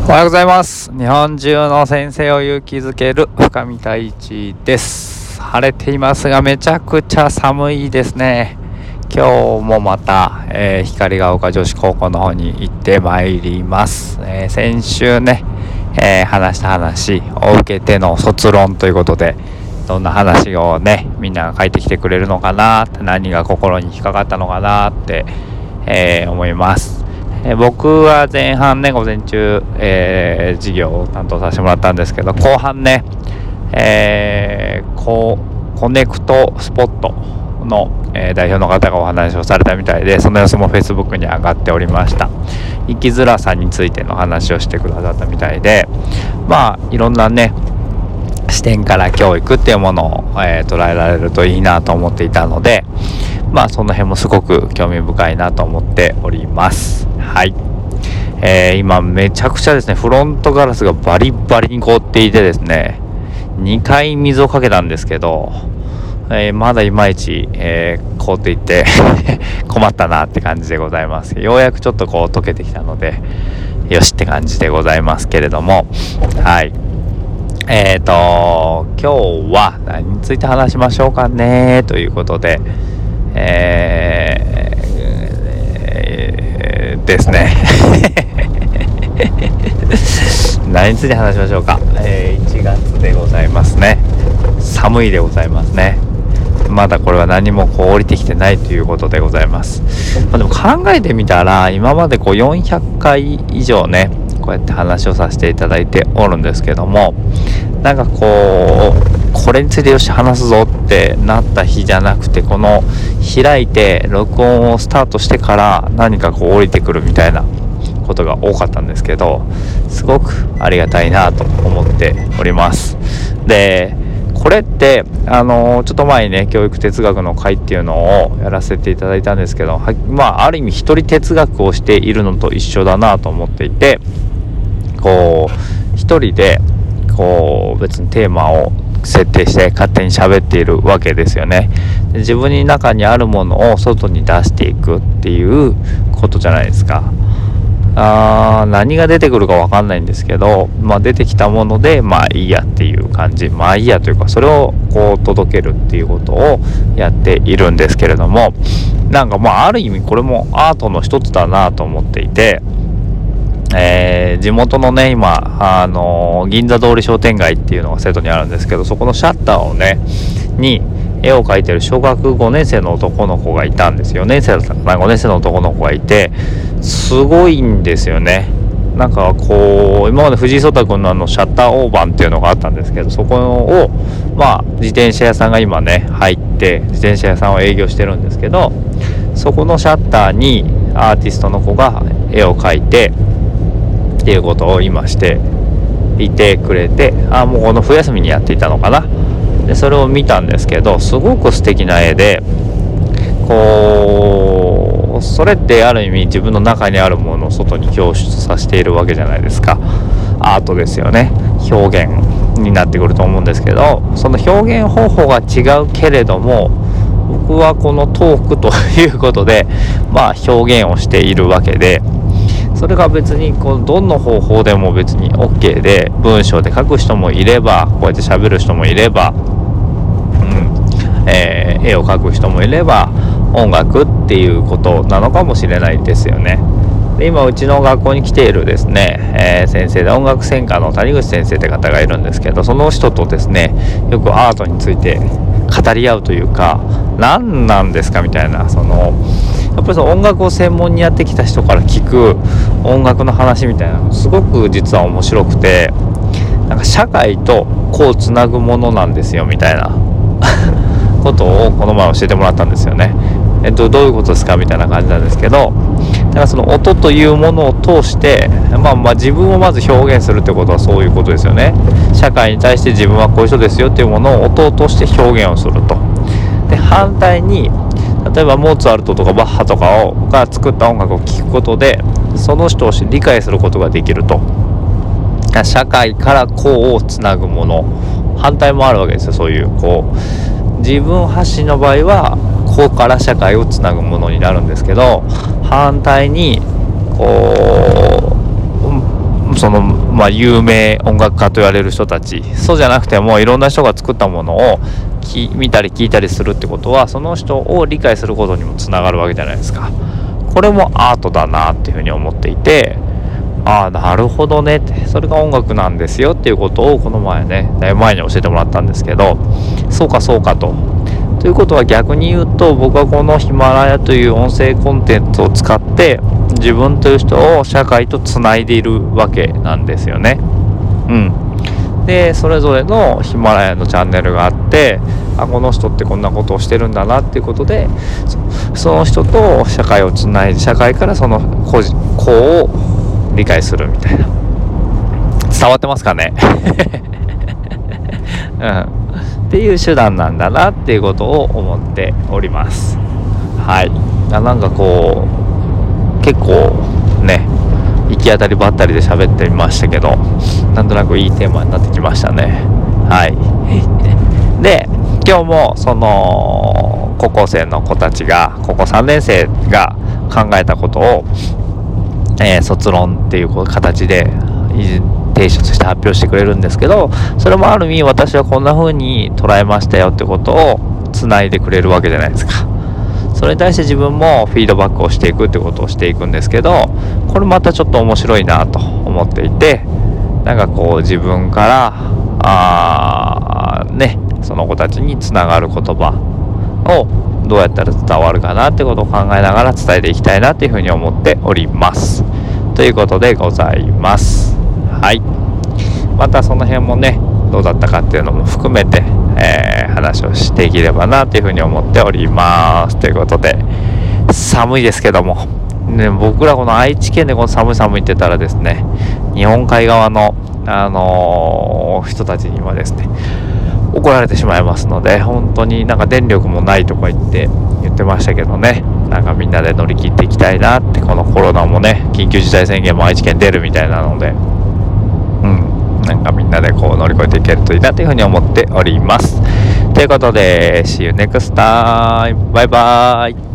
おはようございます。日本中の先生を勇気づける深見太一です。晴れていますがめちゃくちゃ寒いですね。今日もまた、光が丘女子高校の方に行ってまいります。先週ね、話した話を受けての卒論ということで、どんな話をねみんなが書いてきてくれるのかなって、何が心に引っかかったのかなって、思います。僕は前半ね午前中、授業を担当させてもらったんですけど、後半ね、コネクトスポットの、代表の方がお話をされたみたいで、その様子も Facebook に上がっておりました。生きづらさについての話をしてくださったみたいで、いろんなね視点から教育っていうものを、捉えられるといいなと思っていたので、その辺もすごく興味深いなと思っております。はい、今めちゃくちゃですね、フロントガラスがバリバリに凍っていてですね、2回水をかけたんですけど、まだいまいち、凍っていって困ったなって感じでございます。ようやくちょっと溶けてきたのでよしって感じでございますけれども、はい、今日は何について話しましょうかねということで、ですね何について話しましょうか。1月でございますね。寒いでございますね。まだこれは何も降りてきてないということでございます。でも考えてみたら、今まで400回以上ねこうやって話をさせていただいておるんですけども、これについてよし話すぞってなった日じゃなくて、この開いて録音をスタートしてから何か降りてくるみたいなことが多かったんですけど、すごくありがたいなと思っております。でこれってちょっと前にね教育哲学の会っていうのをやらせていただいたんですけど、ある意味一人哲学をしているのと一緒だなと思っていて、一人で別にテーマを設定して勝手に喋っているわけですよね。で自分の中にあるものを外に出していくっていうことじゃないですか。何が出てくるか分かんないんですけど、出てきたものでいいやっていう感じ、いいやというか、それを届けるっていうことをやっているんですけれども、ある意味これもアートの一つだなと思っていて、地元のね今銀座通り商店街っていうのが瀬戸にあるんですけど、そこのシャッターをねに絵を描いてる小学5年生の男の子がいたんですよ。4年生だったかな、5年生の男の子がいて、すごいんですよね。今まで藤井聡太君のシャッター大判っていうのがあったんですけど、そこを自転車屋さんが今ね入って自転車屋さんを営業してるんですけど、そこのシャッターにアーティストの子が絵を描いてっていうことを今していてくれて、もうこの冬休みにやっていたのかな。でそれを見たんですけど、すごく素敵な絵で、それってある意味自分の中にあるものを外に表出させているわけじゃないですか。アートですよね。表現になってくると思うんですけど、その表現方法が違うけれども、僕はこのトークということで表現をしているわけで、それが別にどの方法でも別に OK で、文章で書く人もいれば、こうやって喋る人もいれば、絵を描く人もいれば、音楽っていうことなのかもしれないですよね。で今うちの学校に来ているですね、先生で音楽専科の谷口先生って方がいるんですけど、その人とですねよくアートについて語り合うというか、何なんですかみたいな、やっぱり音楽を専門にやってきた人から聞く音楽の話みたいなのすごく実は面白くて、社会とつなぐものなんですよみたいなことをこの前教えてもらったんですよね。どういうことですかみたいな感じなんですけど、その音というものを通して、自分をまず表現するってことはそういうことですよね。社会に対して自分はこういう人ですよっていうものを音を通して表現をすると。で反対に例えばモーツァルトとかバッハとかが作った音楽を聴くことで、その人を理解することができると。社会からをつなぐもの、反対もあるわけですよ。そういう自分発信の場合はから社会をつなぐものになるんですけど、反対にその有名音楽家と言われる人たち、そうじゃなくてもいろんな人が作ったものを見たり聞いたりするってことは、その人を理解することにもつながるわけじゃないですか。これもアートだなっていうふうに思っていて、なるほどねって、それが音楽なんですよっていうことをこの前ね、だいぶ前に教えてもらったんですけど、そうかということは、逆に言うと、僕はこのヒマラヤという音声コンテンツを使って自分という人を社会とつないでいるわけなんですよね。でそれぞれのヒマラヤのチャンネルがあって、この人ってこんなことをしてるんだなっていうことで、その人と社会をつないで、社会からその子を理解するみたいな。伝わってますかねっていう手段なんだなっていうことを思っております。はい。なんかこう結構ね、行き当たりばったりで喋ってみましたけど、なんとなくいいテーマになってきましたね。はい。で、今日もその高校生の子たちが、高校3年生が考えたことを、卒論っていう形で提出して発表してくれるんですけど、それもある意味私はこんな風に捉えましたよってことをつないでくれるわけじゃないですか。それに対して自分もフィードバックをしていくってことをしていくんですけど、これまたちょっと面白いなと思っていて、なんかこう自分からその子たちにつながる言葉をどうやったら伝わるかなってことを考えながら伝えていきたいなっていうふうに思っておりますということでございます。はい。またその辺もね、どうだったかっていうのも含めて、話をしていければなというふうに思っておりますということで、寒いですけどもね、僕らこの愛知県でこの寒いって言ってたらですね、日本海側の人たちにはですね怒られてしまいますので、本当になんか電力もないとか言ってましたけどね、なんかみんなで乗り切っていきたいなって、このコロナもね、緊急事態宣言も愛知県出るみたいなので、なんかみんなでこう乗り越えていけるといいなというふうに思っております。ということで See you next time. バイバイ。